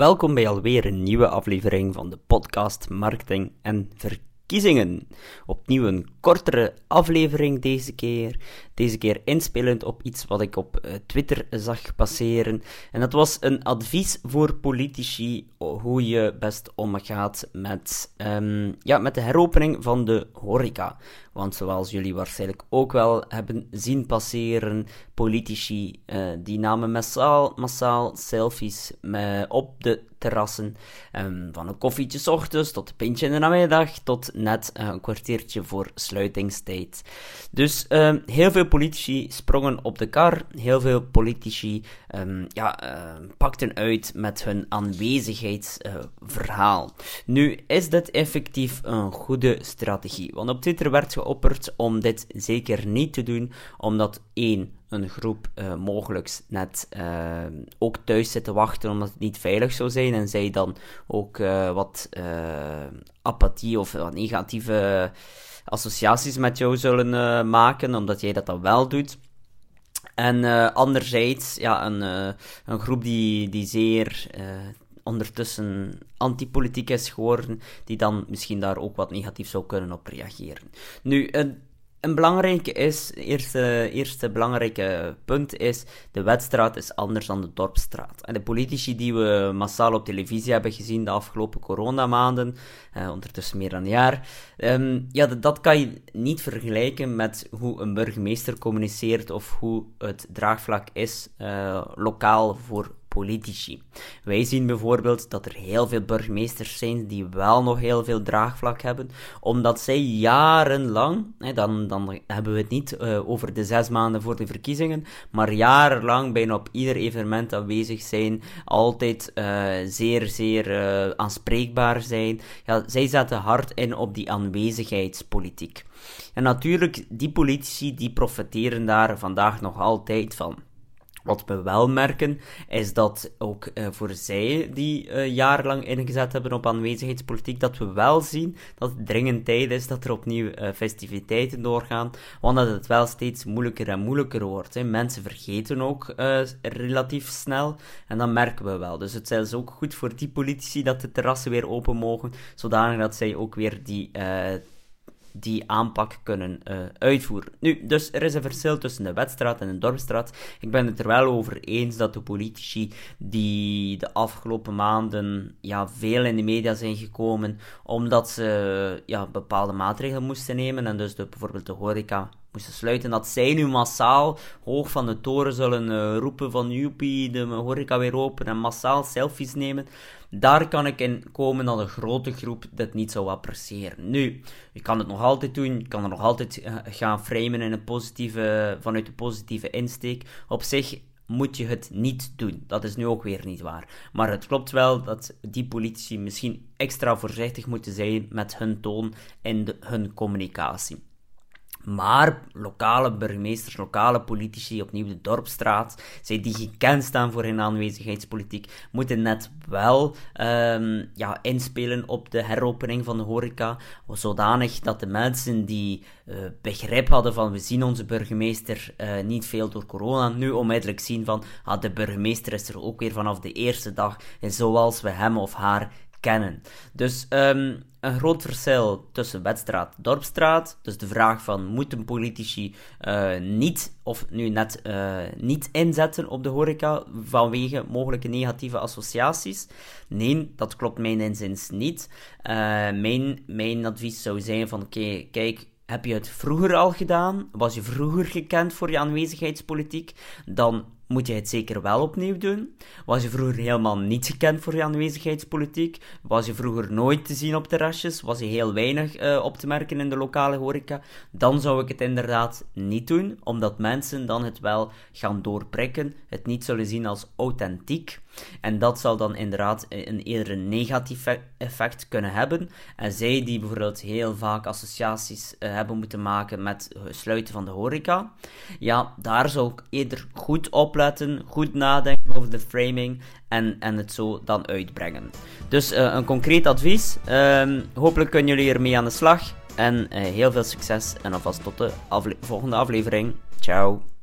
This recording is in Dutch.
welkom bij alweer een nieuwe aflevering van de podcast Marketing en Verkiezingen. Opnieuw een kortere aflevering deze keer. Deze keer inspelend op iets wat ik op Twitter zag passeren. En dat was een advies voor politici hoe je best omgaat met de heropening van de horeca. Want zoals jullie waarschijnlijk ook wel hebben zien passeren, politici die namen massaal selfies op de terrassen. Van een koffietje 's ochtends tot een pintje in de namiddag tot net een kwartiertje voor sluitingstijd. Dus heel veel politici sprongen op de kar. Heel veel politici pakten uit met hun aanwezigheidsverhaal. Nu, is dit effectief een goede strategie? Want op Twitter werd geopperd om dit zeker niet te doen, omdat een groep mogelijk net ook thuis zit te wachten omdat het niet veilig zou zijn en zij dan ook wat apathie of wat negatieve associaties met jou zullen maken, omdat jij dat dan wel doet. En anderzijds, een groep die zeer ondertussen antipolitiek is geworden, die dan misschien daar ook wat negatief zou kunnen op reageren. Nu, een belangrijke eerste belangrijke punt is, de Wetstraat is anders dan de Dorpsstraat. En de politici die we massaal op televisie hebben gezien de afgelopen coronamaanden, ondertussen meer dan een jaar, dat kan je niet vergelijken met hoe een burgemeester communiceert of hoe het draagvlak is lokaal voor politici. Wij zien bijvoorbeeld dat er heel veel burgemeesters zijn die wel nog heel veel draagvlak hebben, omdat zij jarenlang, dan hebben we het niet over de 6 maanden voor de verkiezingen, maar jarenlang bijna op ieder evenement aanwezig zijn, altijd zeer aanspreekbaar zijn. Ja, zij zetten hard in op die aanwezigheidspolitiek. En natuurlijk, die politici die profiteren daar vandaag nog altijd van. Wat we wel merken, is dat ook voor zij die jarenlang ingezet hebben op aanwezigheidspolitiek, dat we wel zien dat het dringend tijd is dat er opnieuw festiviteiten doorgaan, want dat het wel steeds moeilijker en moeilijker wordt. Hè. Mensen vergeten ook relatief snel, en dat merken we wel. Dus het is ook goed voor die politici dat de terrassen weer open mogen, zodanig dat zij ook weer die aanpak kunnen uitvoeren. Nu, dus er is een verschil tussen de Wetstraat en de Dorpsstraat. Ik ben het er wel over eens dat de politici die de afgelopen maanden veel in de media zijn gekomen, omdat ze bepaalde maatregelen moesten nemen en dus bijvoorbeeld de horeca moesten sluiten, dat zij nu massaal hoog van de toren zullen roepen van joepie, de horeca weer open en massaal selfies nemen. Daar kan ik in komen dat een grote groep dit niet zou appreciëren. Nu, je kan het nog altijd doen, je kan er nog altijd gaan framen in vanuit de positieve insteek. Op zich moet je het niet doen. Dat is nu ook weer niet waar. Maar het klopt wel dat die politici misschien extra voorzichtig moeten zijn met hun toon en hun communicatie. Maar lokale burgemeesters, lokale politici, opnieuw de Dorpsstraat, zij die gekend staan voor hun aanwezigheidspolitiek, moeten net wel inspelen op de heropening van de horeca, zodanig dat de mensen die begrip hadden van we zien onze burgemeester niet veel door corona, nu onmiddellijk zien van de burgemeester is er ook weer vanaf de eerste dag zoals we hem of haar kennen. Dus een groot verschil tussen Wetstraat en Dorpsstraat. Dus de vraag van moeten politici niet inzetten op de horeca vanwege mogelijke negatieve associaties? Nee, dat klopt mijn inziens niet. Mijn advies zou zijn van kijk, heb je het vroeger al gedaan? Was je vroeger gekend voor je aanwezigheidspolitiek? Dan moet je het zeker wel opnieuw doen. Was je vroeger helemaal niet gekend voor je aanwezigheidspolitiek? Was je vroeger nooit te zien op terrasjes? Was je heel weinig op te merken in de lokale horeca? Dan zou ik het inderdaad niet doen, omdat mensen dan het wel gaan doorprikken, het niet zullen zien als authentiek. En dat zal dan inderdaad eerder een negatief effect kunnen hebben. En zij die bijvoorbeeld heel vaak associaties hebben moeten maken met het sluiten van de horeca, daar zou ik eerder goed opletten, goed nadenken over de framing en het zo dan uitbrengen. Dus een concreet advies. Hopelijk kunnen jullie ermee aan de slag. En heel veel succes en alvast tot de volgende aflevering. Ciao.